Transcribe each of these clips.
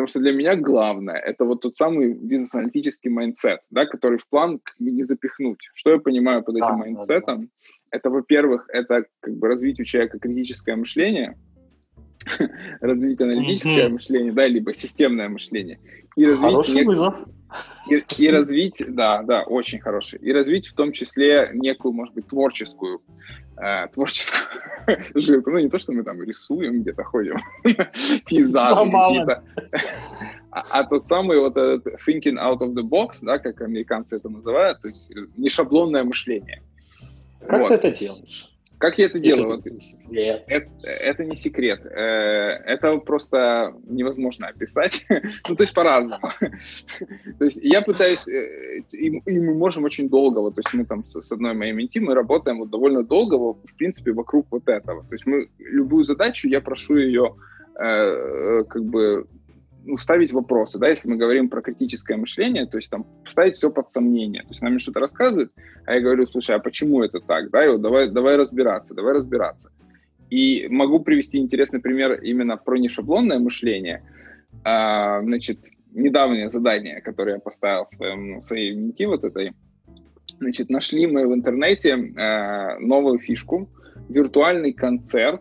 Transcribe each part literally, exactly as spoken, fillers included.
Потому что для меня главное – это вот тот самый бизнес-аналитический майндсет, да, который в план как бы не запихнуть. Что я понимаю под этим Да, майндсетом? да, да. Это, во-первых, это как бы развить у человека критическое мышление, развить аналитическое Мгм. мышление, да, либо системное мышление, и развить Хороший нек- вызов. и, и развить, да, да, очень хороший, и развить в том числе некую, может быть, творческую, э, творческую жилку. Ну, не то, что мы там рисуем, где-то ходим, пейзажи Нормально. какие-то, а, а тот самый вот этот thinking out of the box, да, как американцы это называют, то есть не шаблонное мышление. Как Вот. ты это делаешь? Как я это Если делаю? это Вот, не секрет. это, это не секрет. Э, Это просто невозможно описать. Ну, то есть по-разному. То есть я пытаюсь, э, и, и мы можем очень долго, вот, то есть мы там с, с одной моей менти, мы работаем вот довольно долго, вот, в принципе, вокруг вот этого. То есть мы любую задачу, я прошу ее э, как бы ну, ставить вопросы, да, если мы говорим про критическое мышление, то есть там ставить все под сомнение. То есть она мне что-то рассказывает, а я говорю, слушай, а почему это так, да, и вот давай, давай разбираться, давай разбираться. И могу привести интересный пример именно про нешаблонное мышление. А, значит, недавнее задание, которое я поставил в своем, в своей менти вот этой, значит, нашли мы в интернете э, новую фишку, виртуальный концерт.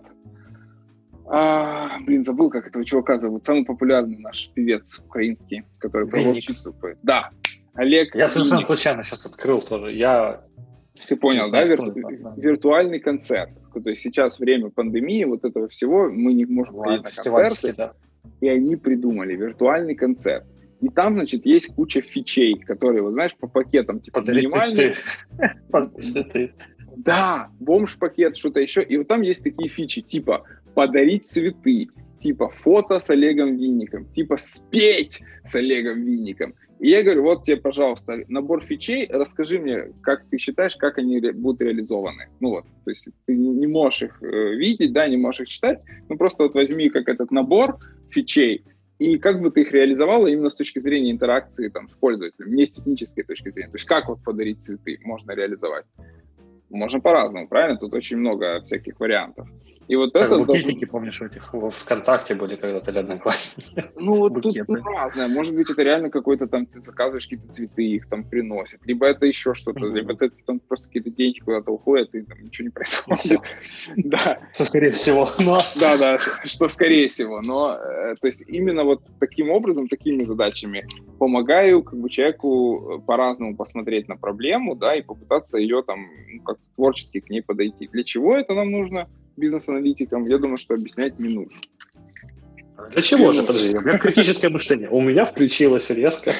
А, блин, забыл, как этого чувака зовут. Самый популярный наш певец украинский, который про волчицу поет. Да, Олег Я совершенно Винник. случайно сейчас открыл тоже. Я Ты понял, знаю, да? кто Вир... это, да. Виртуальный концерт. То есть сейчас время пандемии, вот этого всего, мы не можем ходить на концерты, да. и они придумали виртуальный концерт. И там, значит, есть куча фичей, которые, вот знаешь, по пакетам, типа, Подарить минимальные. цветы. Да, бомж-пакет, что-то еще. И вот там есть такие фичи, типа подарить цветы, типа фото с Олегом Винником, типа спеть с Олегом Винником. И я говорю, вот тебе, пожалуйста, набор фичей, расскажи мне, как ты считаешь, как они ре- будут реализованы. Ну вот, то есть ты не можешь их э, видеть, да, не можешь их читать, ну просто вот возьми как этот набор фичей, и как бы ты их реализовала именно с точки зрения интеракции там, с пользователем, не с технической точки зрения. То есть как вот подарить цветы можно реализовать. Можно по-разному, правильно? Тут очень много всяких вариантов. И вот как это... букетики, должен... помнишь, в этих в ВКонтакте были когда-то или Одноклассники? Ну, вот тут ну, разное. Может быть, это реально какой-то там, ты заказываешь какие-то цветы, их там приносят. Либо это еще что-то, mm-hmm. либо это там просто какие-то деньги куда-то уходят, и там ничего не происходит. Да. Что скорее всего. Но... Да, да, что скорее всего. Но, то есть, именно вот таким образом, такими задачами помогаю как бы человеку по-разному посмотреть на проблему, да, и попытаться ее там ну, как-то творчески к ней подойти. Для чего это нам нужно бизнес-аналитикам? Я думаю, что объяснять не нужно. Для чего же, подожди, у меня критическое мышление. У меня включилось резко.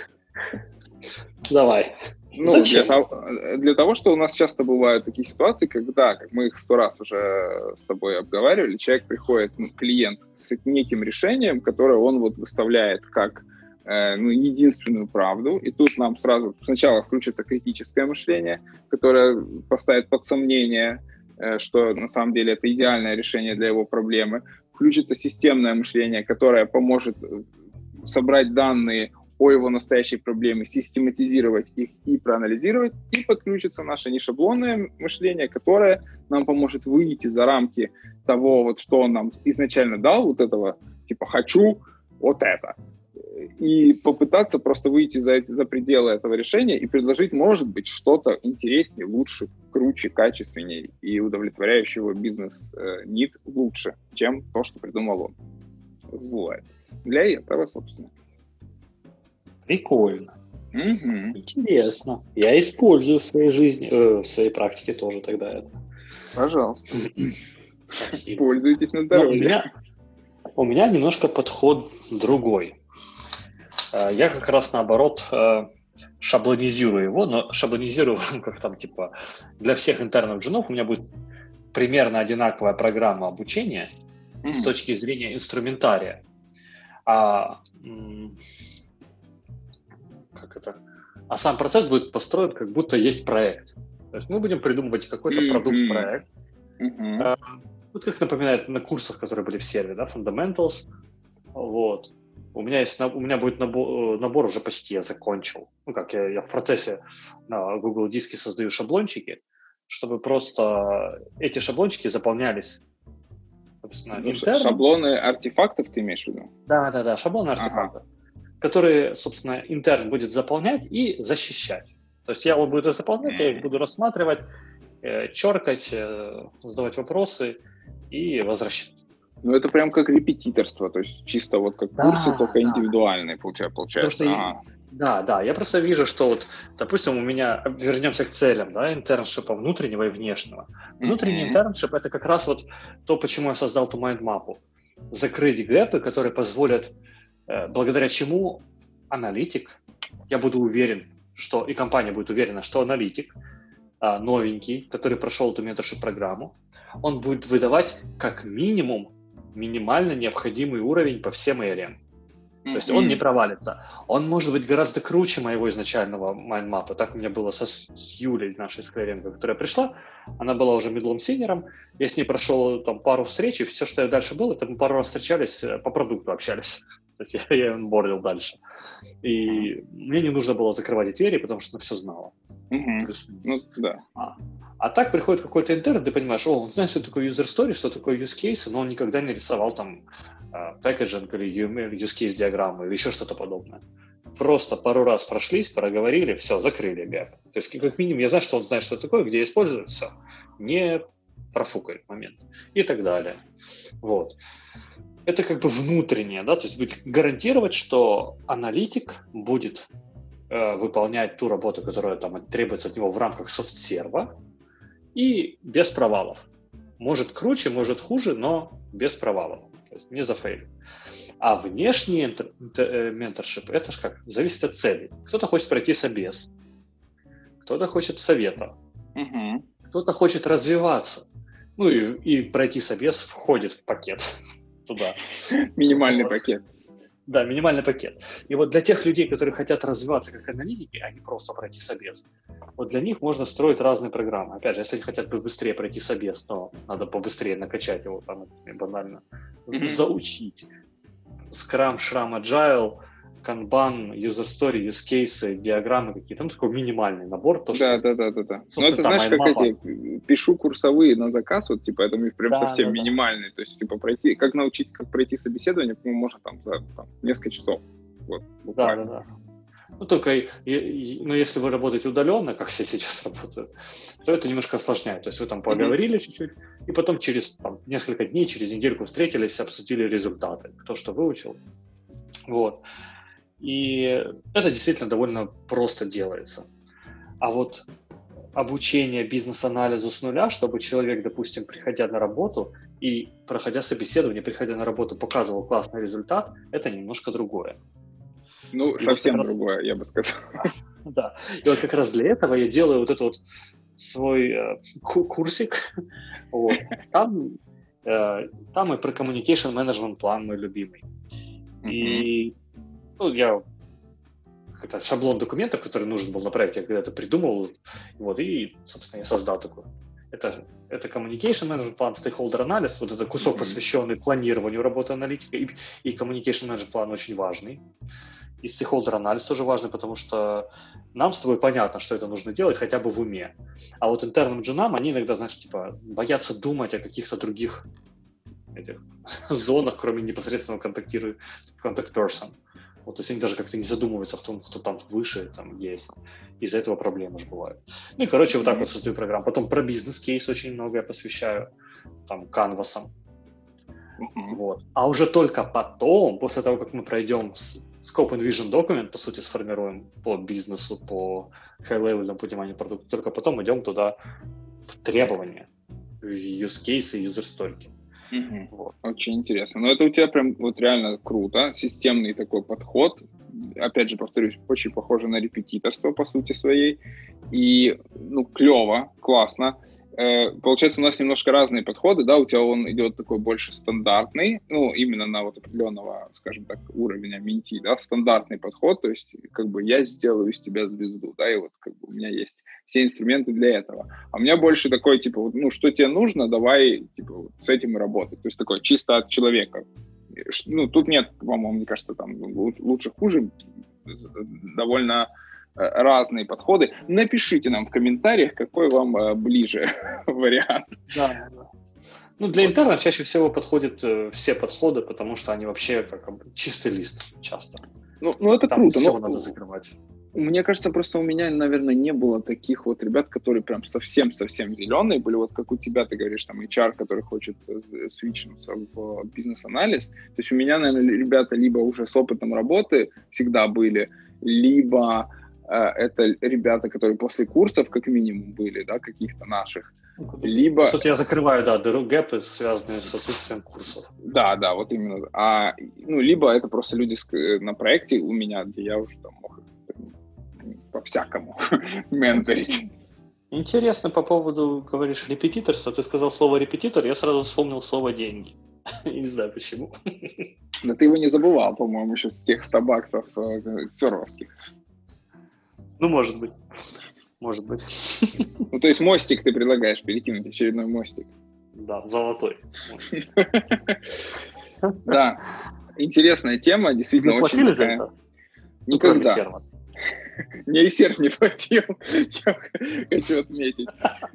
Давай. Ну, Зачем? Для того, для того, что у нас часто бывают такие ситуации, когда, как мы их сто раз уже с тобой обговаривали, человек приходит, ну, клиент с неким решением, которое он вот выставляет как э, ну, единственную правду, и тут нам сразу сначала включится критическое мышление, которое поставит под сомнение, э, что на самом деле это идеальное решение для его проблемы, включится системное мышление, которое поможет собрать данные о его настоящей проблеме, систематизировать их и проанализировать, и подключится наше нешаблонное мышление, которое нам поможет выйти за рамки того, вот, что он нам изначально дал, вот этого, типа «хочу вот это», и попытаться просто выйти за, эти, за пределы этого решения и предложить, может быть, что-то интереснее, лучше, круче, качественнее и удовлетворяющего бизнес-нид лучше, чем то, что придумал он. Вот. Для этого, собственно. Прикольно. Угу. Интересно. Я использую в своей жизни, э, в своей практике тоже тогда это. Пожалуйста. Спасибо. Пользуйтесь на здоровье. У меня, у меня немножко подход другой. Я как раз наоборот шаблонизирую его, но шаблонизирую как там типа для всех интернов джунов у меня будет примерно одинаковая программа обучения mm-hmm. с точки зрения инструментария. А как это? А сам процесс будет построен, как будто есть проект. То есть мы будем придумывать какой-то mm-hmm. продукт-проект. Mm-hmm. А, вот как напоминает на курсах, которые были в сервере, да, Fundamentals. Вот. У меня есть, у меня будет набор, набор уже почти я закончил. Ну как я, я в процессе на Google Диске создаю шаблончики, чтобы просто эти шаблончики заполнялись собственно, ну, интерном. Шаблоны артефактов ты имеешь в виду? Да, да, да, шаблоны артефактов, ага. которые, собственно, интерн будет заполнять и защищать. То есть я его буду заполнять, mm-hmm. я их буду рассматривать, э, черкать, э, задавать вопросы и возвращать. Ну, это прям как репетиторство, то есть чисто вот как да, курсы, только да. индивидуальные, получается. Что ага. Да, да, я просто вижу, что вот, допустим, у меня, вернемся к целям, да, интерншипа внутреннего и внешнего. Внутренний mm-hmm. интерншип – это как раз вот то, почему я создал ту майндмапу. Закрыть гэпы, которые позволят, э, благодаря чему аналитик, я буду уверен, что и компания будет уверена, что аналитик э, новенький, который прошел эту менторшип-программу, он будет выдавать как минимум минимально необходимый уровень по всем эй эл эм. То есть mm-hmm. он не провалится. Он может быть гораздо круче моего изначального майндмапа. Так у меня было со, с Юлей, нашей скверинга, которая пришла. Она была уже мидлом синером. Я с ней прошел там пару встреч, и все, что я дальше был, это мы пару раз встречались, по продукту общались. То есть я, я онбордил дальше. И мне не нужно было закрывать двери, потому что она все знала. Mm-hmm. Ну, да. а, а так приходит какой-то интерн, ты понимаешь, о, он знает, что такое user story, что такое use case, но он никогда не рисовал там пэкэджинг uh, или use case диаграммы или еще что-то подобное. Просто пару раз прошлись, проговорили, все, закрыли гэп. То есть как минимум я знаю, что он знает, что такое, где используют, все. Не профукает момент. И так далее. Вот. Это как бы внутреннее, да, то есть будет гарантировать, что аналитик будет э, выполнять ту работу, которая там требуется от него в рамках софт-серва и без провалов. Может круче, может хуже, но без провалов. То есть не зафейлит. А внешний интер- интер- менторшип, это же как, зависит от целей. Кто-то хочет пройти собес, кто-то хочет совета, угу. кто-то хочет развиваться. Ну и, и пройти собес входит в пакет. Туда. Минимальный вот. пакет. Да, минимальный пакет. И вот для тех людей, которые хотят развиваться как аналитики, а не просто пройти собес, вот для них можно строить разные программы. Опять же, если они хотят быстрее пройти собес, то надо побыстрее накачать его, там, банально mm-hmm. заучить. Scrum, Shram, Agile, Kanban, User Story, Use Case, диаграммы какие-то. Там такой минимальный набор. То, да, что, да, да, да, да. Ну, это знаешь, как эти, пишу курсовые на заказ, вот, типа, это прям да, совсем да, минимальный. Да. То есть, типа, пройти, как научить, как пройти собеседование, ну, можно там за там, несколько часов. Вот, буквально. Да, да, да. Ну, только, ну, если вы работаете удаленно, как все сейчас работают, то это немножко осложняет. То есть вы там поговорили mm-hmm. чуть-чуть, и потом через там, несколько дней, через недельку встретились, обсудили результаты, кто что выучил. Вот. И это действительно довольно просто делается. А вот обучение бизнес-анализу с нуля, чтобы человек, допустим, приходя на работу и проходя собеседование, приходя на работу, показывал классный результат, это немножко другое. Ну, и совсем вот раз... другое, я бы сказал. Да. И вот как раз для этого я делаю вот этот вот свой э, курсик. Вот. Там, э, там и про communication management план мой любимый. И ну, я это шаблон документов, который нужен был на проекте, я когда-то придумал, вот, и, собственно, я создал такой. Это, это communication management план, stakeholder анализ, вот это кусок, mm-hmm. посвященный планированию работы аналитика, и, и communication management план очень важный. И stakeholder анализ тоже важный, потому что нам с тобой понятно, что это нужно делать хотя бы в уме. А вот интерным джунам, они иногда, знаешь, типа, боятся думать о каких-то других этих зонах, кроме непосредственного контактируя contact person. Вот, то есть они даже как-то не задумываются о том, кто там выше там есть. Из-за этого проблемы же бывают. Ну и, короче, вот так вот создаю программу. Потом про бизнес-кейс очень много я посвящаю, там, канвасам. Mm-hmm. Вот. А уже только потом, после того, как мы пройдем Scope and Vision документ, по сути, сформируем по бизнесу, по high-level пониманию продукта, только потом идем туда в требования, в use case и user story. Угу. Вот. Очень интересно. Но это у тебя прям вот реально круто, системный такой подход. Опять же, повторюсь, очень похоже на репетиторство по сути своей. И, ну, клево, классно. Э, получается, у нас немножко разные подходы, да, у тебя он идет такой больше стандартный, ну, именно на вот определенного, скажем так, уровня менти, да, стандартный подход, то есть, как бы, я сделаю из тебя звезду, да, и вот, как бы, у меня есть все инструменты для этого. А у меня больше такой, типа, вот, ну, что тебе нужно, давай, типа, вот, с этим и работать, то есть, такой, чисто от человека. Ну, тут нет, по-моему, мне кажется, там, лучше-хуже, довольно разные подходы. Напишите нам в комментариях, какой вам э, ближе вариант. Да, да. Ну, для интернов чаще всего подходят э, все подходы, потому что они вообще как чистый лист часто. Ну, ну это там круто. Все но... надо закрывать. Мне кажется, просто у меня, наверное, не было таких вот ребят, которые прям совсем-совсем зеленые были. Вот как у тебя, ты говоришь, там, эйч ар, который хочет свитчнуться в бизнес-анализ. То есть у меня, наверное, ребята либо уже с опытом работы всегда были, либо э, это ребята, которые после курсов как минимум были, да, каких-то наших. Либо... По сути, я закрываю, да, дыру гэпы, связанные с отсутствием курсов. Да, да, вот именно. А, ну, либо это просто люди на проекте у меня, где я уже там мог по-всякому менторить. Интересно по поводу, говоришь, репетиторства. Ты сказал слово репетитор, я сразу вспомнил слово деньги. Не знаю почему. Да ты его не забывал, по-моему, еще с тех ста баксов э, серверских. Ну, может быть. Может быть. Ну, то есть мостик ты предлагаешь перекинуть, очередной мостик. Да, золотой. Да, интересная тема, действительно очень платили за это? Никогда. Мне и серф не платил, я хочу отметить.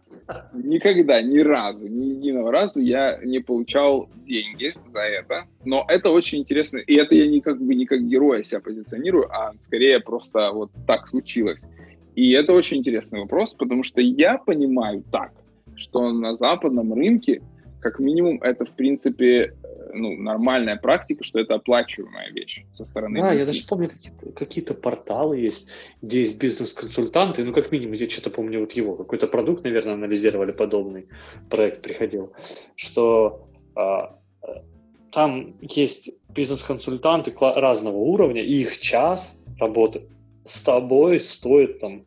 Никогда, ни разу, ни единого разу я не получал деньги за это. Но это очень интересно. И это я не как бы не как героя себя позиционирую, а скорее просто вот так случилось. И это очень интересный вопрос, потому что я понимаю так, что на западном рынке как минимум это, в принципе, ну, нормальная практика, что это оплачиваемая вещь со стороны. Да, я даже помню, какие-то, какие-то порталы есть, где есть бизнес-консультанты, ну, как минимум, я что-то помню вот его, какой-то продукт, наверное, анализировали, подобный проект приходил, что а, там есть бизнес-консультанты разного уровня, и их час работы с тобой стоит там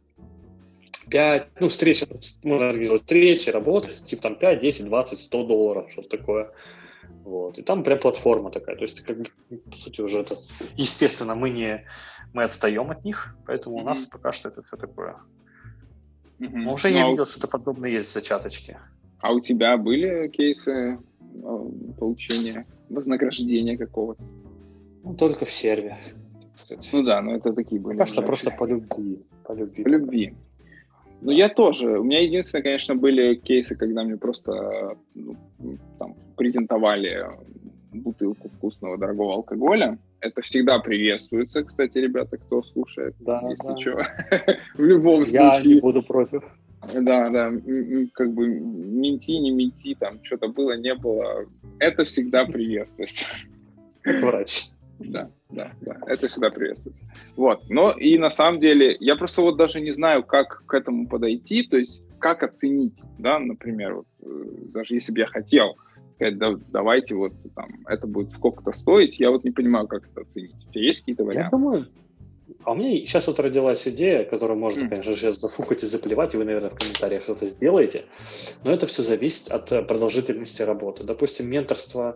пять, ну, встреча, можно организовать встречи, работать, типа там пять, десять, двадцать, сто долларов, что-то такое. Вот. И там прям платформа такая. То есть, как бы, по сути, уже это... Естественно, мы не... Мы отстаем от них, поэтому mm-hmm. у нас пока что это все такое. Mm-hmm. Но уже Но я видел, у... что-то подобное есть в зачаточке. А у тебя были кейсы получения вознаграждения какого-то? Ну, только в серве. Ну да, но это такие были. Пока что просто по любви. По любви. По любви. Ну, я тоже. У меня единственное, конечно, были кейсы, когда мне просто ну, там, презентовали бутылку вкусного дорогого алкоголя. Это всегда приветствуется, кстати, ребята, кто слушает, да, если да. что. В любом случае. Я не буду против. Да, да. Как бы менти, не менти, там что-то было, не было. Это всегда приветствуется. Врач. Да, да, да, это всегда приветствуется. Вот, но и на самом деле, я просто вот даже не знаю, как к этому подойти, то есть как оценить, да, например, вот, даже если бы я хотел сказать, да, давайте вот там, это будет сколько-то стоить, я вот не понимаю, как это оценить. У тебя есть какие-то варианты? Я думаю, а у меня сейчас вот родилась идея, которую можно, mm. конечно, сейчас зафукать и заплевать, и вы, наверное, в комментариях это сделаете, но это все зависит от продолжительности работы. Допустим, менторство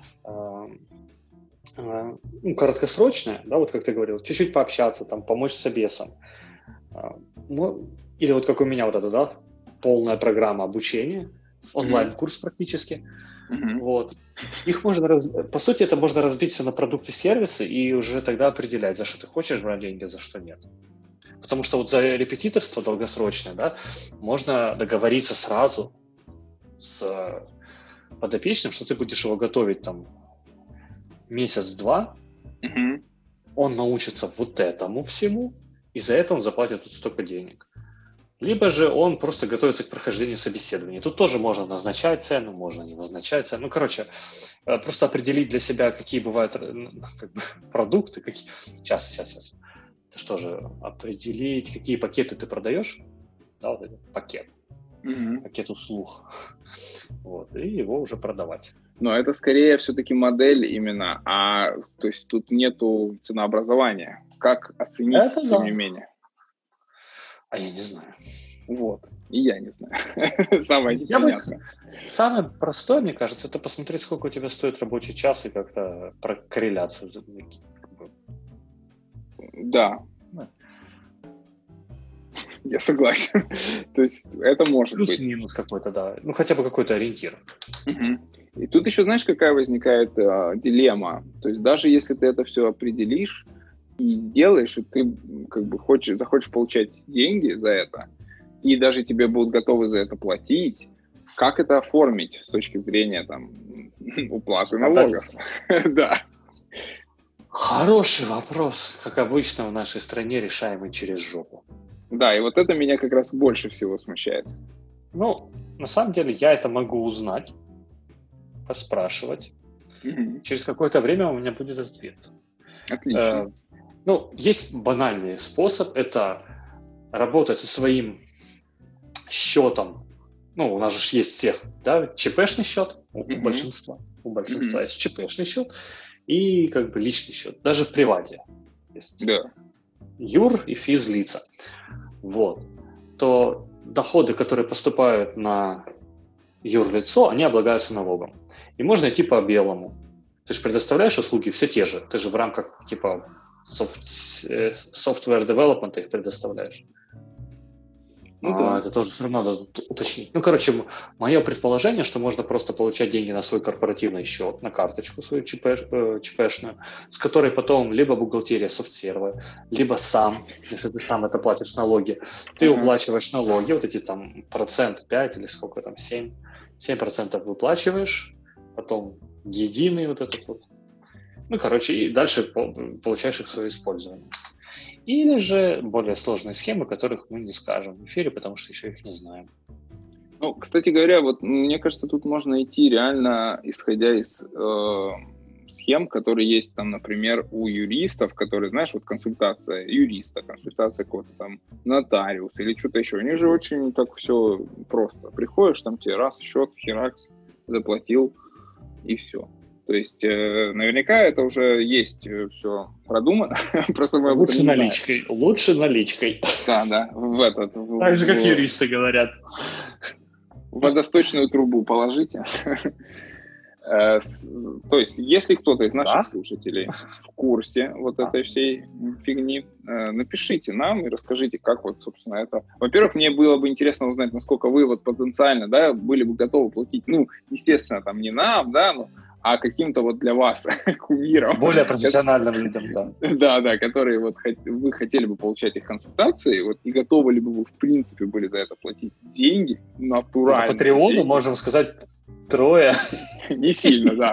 ну, короткосрочное, да, вот как ты говорил, чуть-чуть пообщаться, там, помочь с собесом. Ну, или вот как у меня вот это, да, полная программа обучения, онлайн-курс практически. Mm-hmm. Вот. Их можно, раз... по сути, это можно разбить все на продукты, сервисы и уже тогда определять, за что ты хочешь брать деньги, за что нет. Потому что вот за репетиторство долгосрочное, да, можно договориться сразу с подопечным, что ты будешь его готовить там месяц-два, mm-hmm. он научится вот этому всему, и за это он заплатит тут столько денег. Либо же он просто готовится к прохождению собеседования. Тут тоже можно назначать цену, можно не назначать цену. Ну, короче, просто определить для себя, какие бывают как бы, продукты. Какие... Сейчас, сейчас, сейчас. Это что же, определить, какие пакеты ты продаешь. Да, вот этот пакет. Mm-hmm. Пакет услуг. Вот, и его уже продавать. Но это скорее все-таки модель именно, а то есть тут нету ценообразования. Как оценить, это тем да. не менее? А я не знаю. Вот. И я не знаю. Самое непонятное. Самое простое, мне кажется, это посмотреть, сколько у тебя стоит рабочий час и как-то про корреляцию. Да. Я согласен. То есть это может Плюс быть. Плюс-минус какой-то, да. Ну, хотя бы какой-то ориентир. Угу. И тут еще, знаешь, какая возникает а, дилемма. То есть даже если ты это все определишь и сделаешь, и ты как бы хочешь, захочешь получать деньги за это, и даже тебе будут готовы за это платить, как это оформить с точки зрения там уплаты налогов? Да. Хороший вопрос. Как обычно в нашей стране решаемый через жопу. Да, и вот это меня как раз больше всего смущает. Ну, на самом деле я это могу узнать, поспрашивать. Угу. Через какое-то время у меня будет ответ. Отлично. Э, ну, есть банальный способ. Это работать со своим счетом. Ну, у нас же есть всех, да, ЧПшный счет у, uh-huh. у большинства. У большинства uh-huh. есть ЧПшный счет и как бы личный счет. Даже в привате есть. Да. Юр и физлица. Вот. То доходы, которые поступают на юрлицо, они облагаются налогом. И можно идти по белому. Ты же предоставляешь услуги все те же. Ты же в рамках типа soft, software development их предоставляешь. Ну, а, да. Это тоже все равно надо уточнить. Ну, короче, мое предположение, что можно просто получать деньги на свой корпоративный счет, на карточку свою ЧП, э, ЧПшную, с которой потом либо бухгалтерия софтсерва, либо сам, если ты сам это платишь налоги, ты uh-huh. уплачиваешь налоги, вот эти там процент пять или сколько там, семь, семь процентов выплачиваешь, потом единый вот этот вот. Ну, короче, и дальше получаешь их в свое использование. Или же более сложные схемы, которых мы не скажем в эфире, потому что еще их не знаем. Ну, кстати говоря, вот мне кажется, тут можно идти реально исходя из э, схем, которые есть там, например, у юристов, которые, знаешь, вот консультация юриста, консультация какого-то там нотариуса или что-то еще. У них же очень так все просто. Приходишь, там тебе раз, счет, херакс, заплатил и все. То есть, э, наверняка это уже есть э, все продумано. Просто мы лучше наличкой. Знаем. Лучше наличкой. Да, да. В этот. В, так же, в, как юристы говорят. В водосточную трубу положите. э, то есть, если кто-то из наших да? слушателей в курсе вот да. этой всей фигни, э, напишите нам и расскажите, как вот, собственно, это. Во-первых, мне было бы интересно узнать, насколько вы вот потенциально, да, были бы готовы платить, ну, естественно, там не нам, да, но а каким-то вот для вас кумирам. Более профессиональным людям, да. Да, да, которые вот вы хотели бы получать их консультации, вот и готовы ли бы вы, в принципе, были за это платить деньги, натурально. По Патреону, можем сказать, трое. Не сильно, да.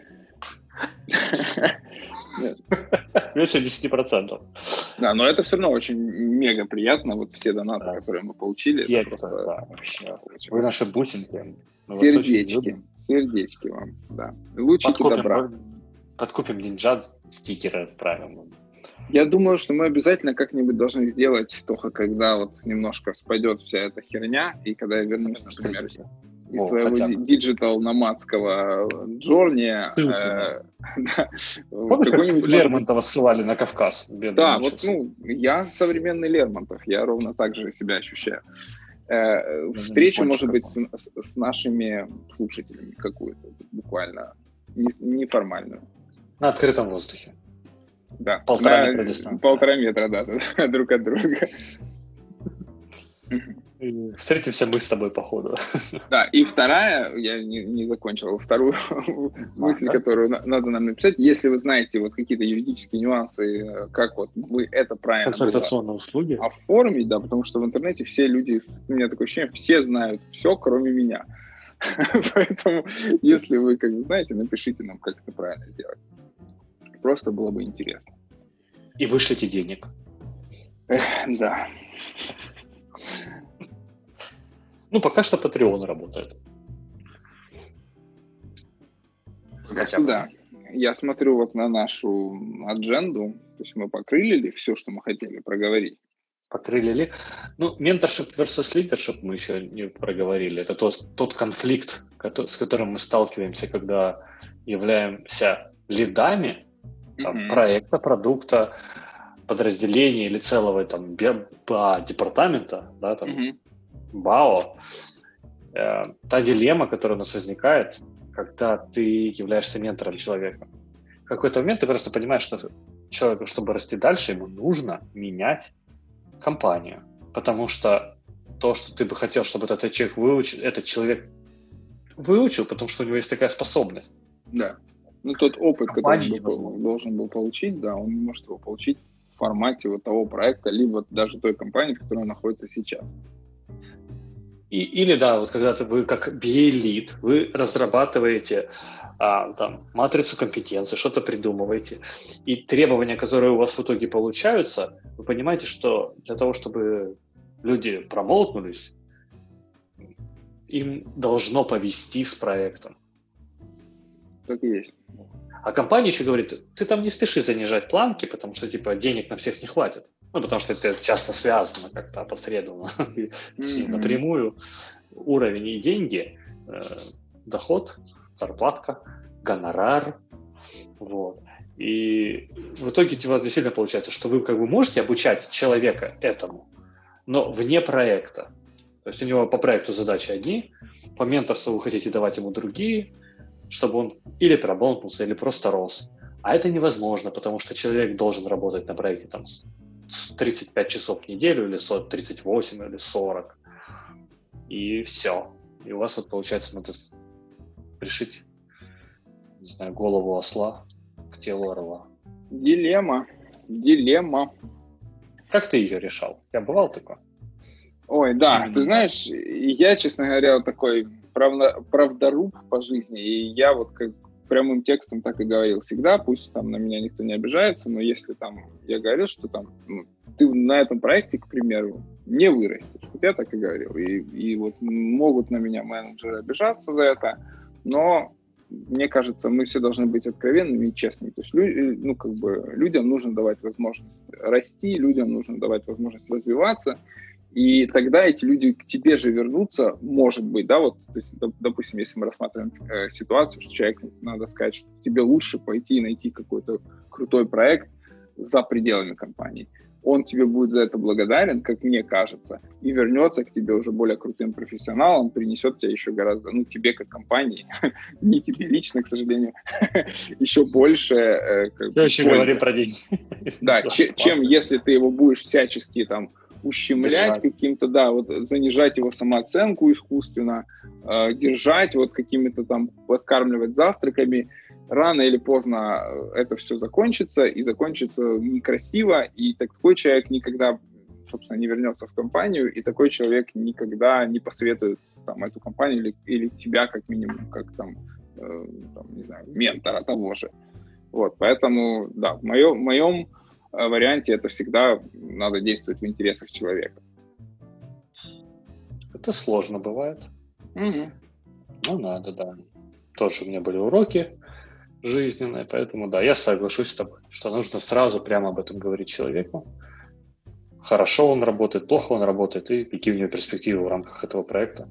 Меньше десять процентов. Да, но это все равно очень мега приятно, вот все донаты, которые мы получили. Вы наши бусинки. Сердечки. Сердечки вам, да. Лучики подкупим, добра. Подкупим деньжат, стикеры отправим. Я думаю, что мы обязательно как-нибудь должны сделать, только когда вот немножко спадет вся эта херня, и когда я вернусь, например, из О, своего диджитал-номадского джорни. Э, да, помнишь, как Лермонтова ссылали на Кавказ? Да, вот, ну, я современный Лермонтов, я ровно так же себя ощущаю. Э, встречу, может быть, с, с нашими слушателями какую-то, буквально не, неформальную. На открытом воздухе. Да. Полтора на, метра дистанции. Полтора метра, да, да, друг от друга. Встретимся мы с тобой по ходу. Да, и вторая, я не, не закончил, вторую мысль, которую на, надо нам написать, если вы знаете вот какие-то юридические нюансы, как вот вы это правильно консультационные услуги оформить, да, потому что в интернете все люди, у меня такое ощущение, все знают все, кроме меня. Поэтому, если вы, как бы знаете, напишите нам, как это правильно сделать. Просто было бы интересно. И вышлите денег. Да. Ну, пока что Patreon работает. Да. Я смотрю вот на нашу адженду, то есть мы покрыли ли все, что мы хотели проговорить? Покрыли ли? Ну, mentorship versus leadership мы еще не проговорили. Это тот, тот конфликт, с которым мы сталкиваемся, когда являемся лидами там, mm-hmm. проекта, продукта, подразделения или целого там, департамента, да, там, mm-hmm. БАО. Э, та дилемма, которая у нас возникает, когда ты являешься ментором человека. В какой-то момент ты просто понимаешь, что человеку, чтобы расти дальше, ему нужно менять компанию. Потому что то, что ты бы хотел, чтобы этот человек выучил, этот человек выучил, потому что у него есть такая способность. Да. Ну, тот опыт, который он должен был получить, да, он не может его получить в формате вот того проекта, либо даже той компании, в которой он находится сейчас. И, или, да, вот когда вы как би эй-лид, вы разрабатываете а, там, матрицу компетенций, что-то придумываете, и требования, которые у вас в итоге получаются, вы понимаете, что для того, чтобы люди промолкнулись, им должно повести с проектом. Так и есть. А компания еще говорит, ты там не спеши занижать планки, потому что типа денег на всех не хватит. Ну, потому что это часто связано как-то опосредованно, mm-hmm. напрямую. Уровень и деньги, э, доход, зарплатка, гонорар. Вот. И в итоге у вас действительно получается, что вы как бы можете обучать человека этому, но вне проекта. То есть у него по проекту задачи одни, по менторству вы хотите давать ему другие, чтобы он или промолкнулся, или просто рос. А это невозможно, потому что человек должен работать на проекте там тридцать пять часов в неделю, или тридцать восемь, или сорок. И все. И у вас вот получается надо пришить, не знаю, голову осла к телу орла. Дилемма. Дилемма. Как ты ее решал? У тебя бывало такое? Ой, да. Mm-hmm. Ты знаешь, я, честно говоря, такой правда, правдоруб по жизни, и я вот как прямым текстом так и говорил всегда, пусть там на меня никто не обижается, но если там я говорил, что там ну, ты на этом проекте, к примеру, не вырастешь, вот я так и говорил, и, и вот могут на меня менеджеры обижаться за это, но мне кажется, мы все должны быть откровенными и честными, то есть лю- ну, как бы, людям нужно давать возможность расти, людям нужно давать возможность развиваться, и тогда эти люди к тебе же вернутся, может быть, да, вот, то есть, допустим, если мы рассматриваем э, ситуацию, что человеку надо сказать, что тебе лучше пойти и найти какой-то крутой проект за пределами компании, он тебе будет за это благодарен, как мне кажется, и вернется к тебе уже более крутым профессионалом, принесет тебе еще гораздо, ну, тебе как компании, не тебе лично, к сожалению, еще больше. Э, Все еще говорим про деньги. Да, чем если ты его будешь всячески там ущемлять каким-то, да, вот занижать его самооценку искусственно, э, держать вот какими-то там, подкармливать завтраками, рано или поздно это все закончится, и закончится некрасиво, и такой человек никогда, собственно, не вернется в компанию, и такой человек никогда не посоветует там эту компанию или, или тебя, как минимум, как там, э, там, не знаю, ментора того же. Вот, поэтому, да, в моем, в моем варианте это всегда надо действовать в интересах человека. Это сложно бывает. Угу. Ну, надо, да. Тоже у меня были уроки жизненные, поэтому, да, я соглашусь с тобой, что нужно сразу прямо об этом говорить человеку. Хорошо он работает, плохо он работает, и какие у него перспективы в рамках этого проекта.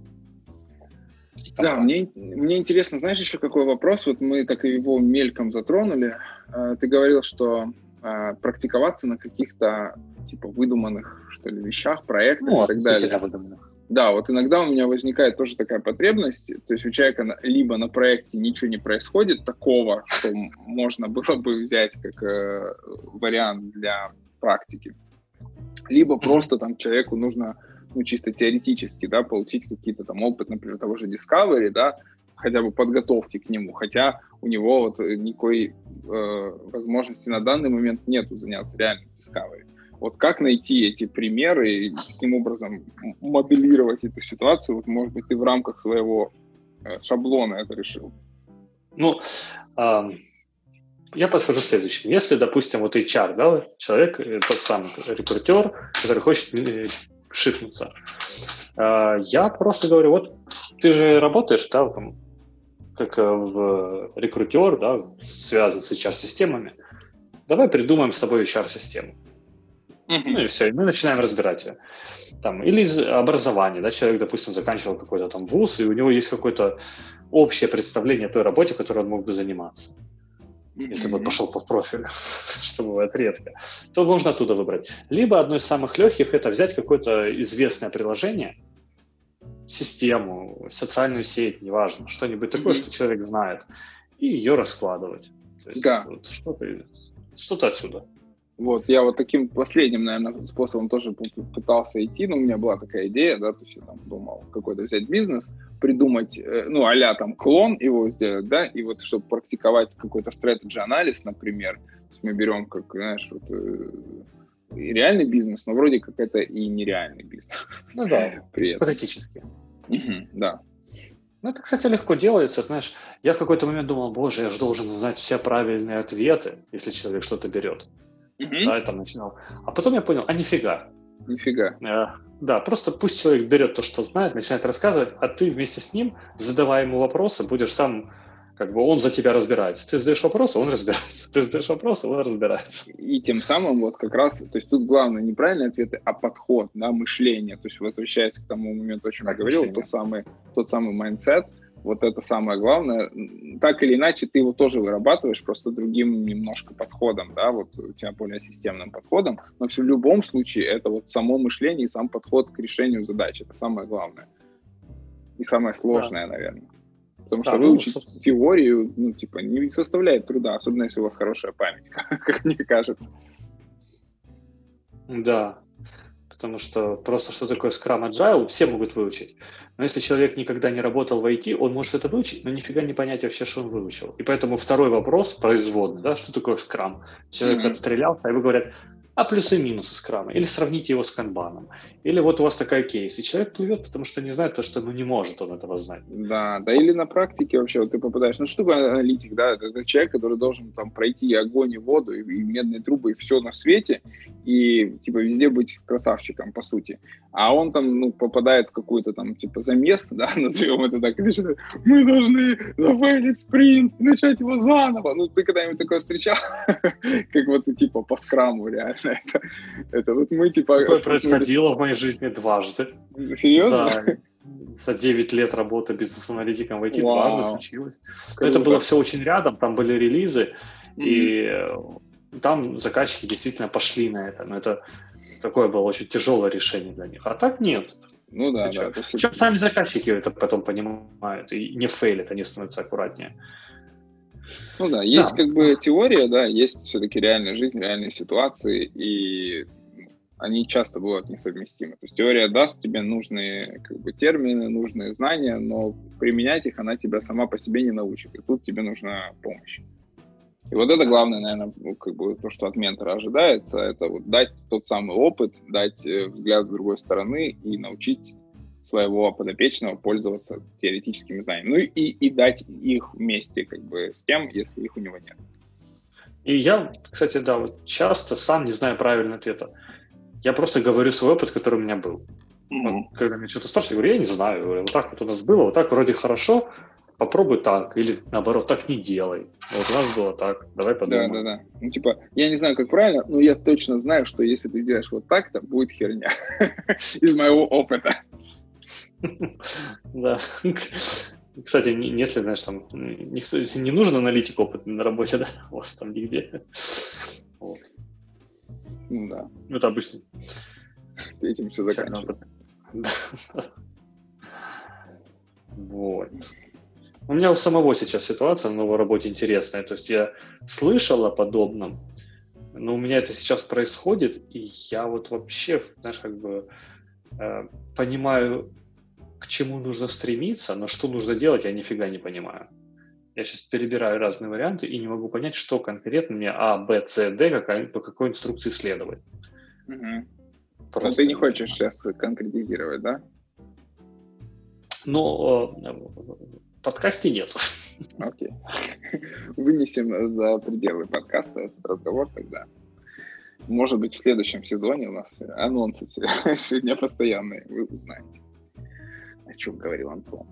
Да, мне, мне интересно, знаешь, еще какой вопрос? Вот мы так его мельком затронули. Ты говорил, что практиковаться на каких-то типа выдуманных, что ли, вещах, проектах ну, и так далее. Выдуманных. Да, вот иногда у меня возникает тоже такая потребность, то есть у человека либо на проекте ничего не происходит такого, что можно было бы взять как э, вариант для практики, либо просто там человеку нужно, ну, чисто теоретически, да, получить какие-то там опыт, например, того же Discovery, да, хотя бы подготовки к нему, хотя у него вот никакой э, возможности на данный момент нету заняться реальным Discovery. Вот как найти эти примеры и каким образом моделировать эту ситуацию? Вот, может быть, ты в рамках своего э, шаблона это решил? Ну, э, я подскажу следующее. Если, допустим, вот эйч ар, да, человек, тот самый рекрутер, который хочет э, шифнуться, э, я просто говорю, вот ты же работаешь, да, там, как в рекрутер, да, связан с эйч ар-системами, давай придумаем с тобой эйч ар-систему. Uh-huh. Ну и все, и мы начинаем разбирать ее. Там, или из образования, да, человек, допустим, заканчивал какой-то там вуз, и у него есть какое-то общее представление о той работе, которой он мог бы заниматься. Uh-huh. Если бы он пошел по профилю, что бывает редко, то нужно оттуда выбрать. Либо одно из самых легких – это взять какое-то известное приложение, систему, социальную сеть, неважно, что-нибудь uh-huh. такое, что человек знает, и ее раскладывать. То есть, да. Вот что-то, что-то отсюда. Вот, я вот таким последним, наверное, способом тоже пытался идти, но у меня была такая идея, да, то есть я там думал какой-то взять бизнес, придумать, ну, а-ля там клон его сделать, да, и вот чтобы практиковать какой-то strategy-анализ, например, то есть мы берем, как, знаешь, вот, реальный бизнес, но вроде как это и нереальный бизнес. Ну да, гипотетически. Угу, да. Ну, это, кстати, легко делается, знаешь. Я в какой-то момент думал, боже, я же должен знать все правильные ответы, если человек что-то берет. Угу. Да, я там начинал. А потом я понял, а нифига. Нифига. Э, да, просто пусть человек берет то, что знает, начинает рассказывать, а ты вместе с ним, задавая ему вопросы, будешь сам, как бы он за тебя разбирается. Ты задаешь вопросы, он разбирается. Ты задаешь вопросы, он разбирается. И тем самым вот как раз, то есть тут главное не правильные ответы, а подход, да, мышление. То есть возвращаясь к тому моменту, о чем я говорил, тот самый, тот самый майндсет, вот это самое главное. Так или иначе, ты его тоже вырабатываешь, просто другим немножко подходом, да, вот у тебя более системным подходом, но в любом случае это вот само мышление и сам подход к решению задач, это самое главное. И самое сложное, да. наверное. Потому да, что выучить ну, теорию, ну, типа, не составляет труда, особенно если у вас хорошая память, как мне кажется. Да. Потому что просто что такое Scrum Agile, все могут выучить. Но если человек никогда не работал в ай ти, он может это выучить, но нифига не понять вообще, что он выучил. И поэтому второй вопрос производный, да, что такое Scrum? Человек mm-hmm. отстрелялся, и вы говорят, а плюсы и минусы Scrum, или сравните его с канбаном, или вот у вас такая кейс. И человек плывет, потому что не знает то, что ну, не может он этого знать. Да, да, или на практике вообще вот ты попадаешь, ну что такое аналитик, да, это, это человек, который должен там пройти и огонь, и воду, и, и медные трубы, и все на свете, и типа везде быть красавчиком, по сути. А он там, ну, попадает в какую-то там, типа, замес, да, назовем это так, и что, мы должны зафейлить спринт и начать его заново. Ну, ты когда-нибудь такое встречал? Как вот, типа, по скраму, реально. Это, это вот мы, типа... Такое происходило в моей жизни дважды. Серьезно? За, за девять лет работы бизнес-аналитиком в ай ти дважды случилось. Это было все очень рядом, там были релизы, mm-hmm. и там заказчики действительно пошли на это. Но это такое было очень тяжелое решение для них. А так нет. Ну да, да. Причем супер. Сами заказчики это потом понимают и не фейлят, они становятся аккуратнее. Ну да, есть да. как бы теория, да, есть все-таки реальная жизнь, реальные ситуации, и они часто бывают несовместимы. То есть теория даст тебе нужные как бы термины, нужные знания, но применять их она тебя сама по себе не научит, и тут тебе нужна помощь. И вот это главное, наверное, как бы то, что от ментора ожидается, это вот дать тот самый опыт, дать взгляд с другой стороны и научить своего подопечного пользоваться теоретическими знаниями. Ну и, и дать их вместе как бы с тем, если их у него нет. И я, кстати, да, вот часто сам не знаю правильного ответа. Я просто говорю свой опыт, который у меня был. Mm-hmm. Вот, когда меня что-то спрашивают, я говорю, я не знаю. Я говорю, вот так вот у нас было, вот так вроде хорошо, попробуй так. Или наоборот, так не делай. Вот у нас было так, давай подумаем. Да, да, да. Ну типа, я не знаю, как правильно, но я точно знаю, что если ты сделаешь вот так-то, будет херня. Из моего опыта. Да. Кстати, нет ли, знаешь, там, никто, не нужен аналитик опытный на работе, да? У вас там нигде. Вот. Ну да. Ну, это обычно. Этим все заканчивается. Вот. У меня у самого сейчас ситуация на новой работе интересная. То есть я слышал о подобном, но у меня это сейчас происходит, и я вот вообще, знаешь, как бы э, понимаю, к чему нужно стремиться, но что нужно делать, я нифига не понимаю. Я сейчас перебираю разные варианты и не могу понять, что конкретно мне А, Б, С, Д, какая, по какой инструкции следовать. Угу. Но ты не хочешь сейчас конкретизировать, да? Ну, в подкасте нет. Окей. Вынесем за пределы подкаста этот разговор тогда. Может быть, в следующем сезоне у нас анонсы сегодня постоянные, вы узнаете, о чем говорил Антон.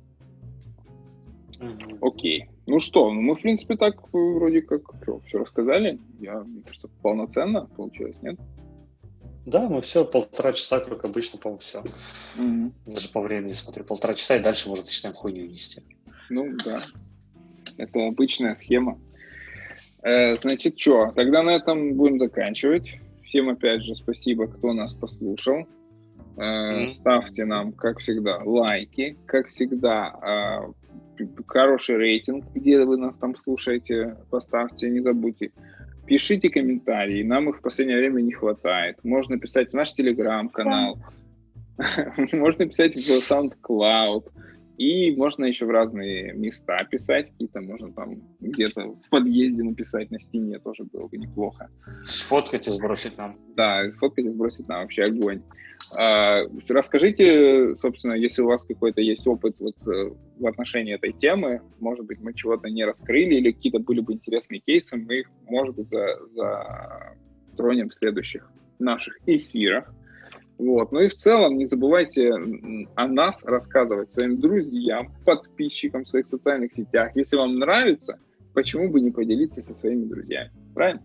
Mm-hmm. Окей. Ну что, ну мы, в принципе, так вроде как что, все рассказали. Я, мне кажется, полноценно получилось, нет? Да, мы все, полтора часа, как обычно, по-моему, все. Mm-hmm. Даже по времени смотрю, полтора часа, и дальше, может, начинаем хуйню нести. Ну, да. Это обычная схема. Э, значит, что, тогда на этом будем заканчивать. Всем, опять же, спасибо, кто нас послушал. Э, mm-hmm. Ставьте нам, как всегда, лайки. Как всегда, э, хороший рейтинг, где вы нас там слушаете, поставьте, не забудьте. Пишите комментарии, нам их в последнее время не хватает. Можно писать в наш телеграм-канал, можно писать в SoundCloud. И можно еще в разные места писать, какие-то можно там где-то в подъезде написать на стене, тоже было бы неплохо. Сфоткать и сбросить нам. Да, сфоткать и сбросить нам, вообще огонь. А, расскажите, собственно, если у вас какой-то есть опыт вот в отношении этой темы, может быть, мы чего-то не раскрыли или какие-то были бы интересные кейсы, мы их, может быть, затронем в следующих наших эфирах. Вот. Ну и в целом не забывайте о нас рассказывать своим друзьям, подписчикам в своих социальных сетях. Если вам нравится, почему бы не поделиться со своими друзьями? Правильно?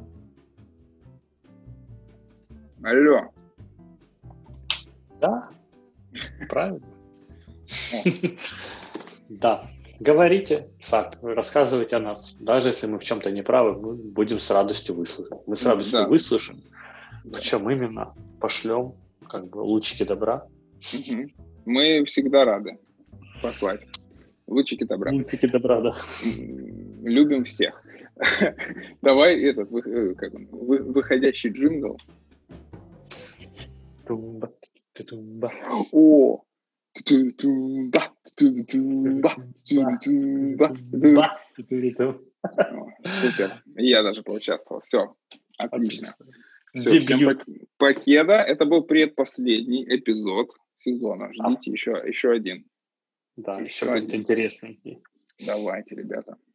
Алло. Да, правильно. Да, говорите факт, рассказывайте о нас. Даже если мы в чем-то не правы, мы будем с радостью выслушать. Мы с радостью Да. выслушаем, в чем именно, пошлем как бы лучики добра. Угу. Мы всегда рады послать лучики добра. Лучики добра, да. Любим всех. Давай этот вы, как он, вы, выходящий джингл. Тумба, тумба. О! Тумба, тумба, тумба. Супер. Я даже поучаствовал. Все, отлично. Все, всем покеда. Это был предпоследний эпизод сезона. Ждите а. еще, еще один. Да, еще, еще будет интересненький. Давайте, ребята.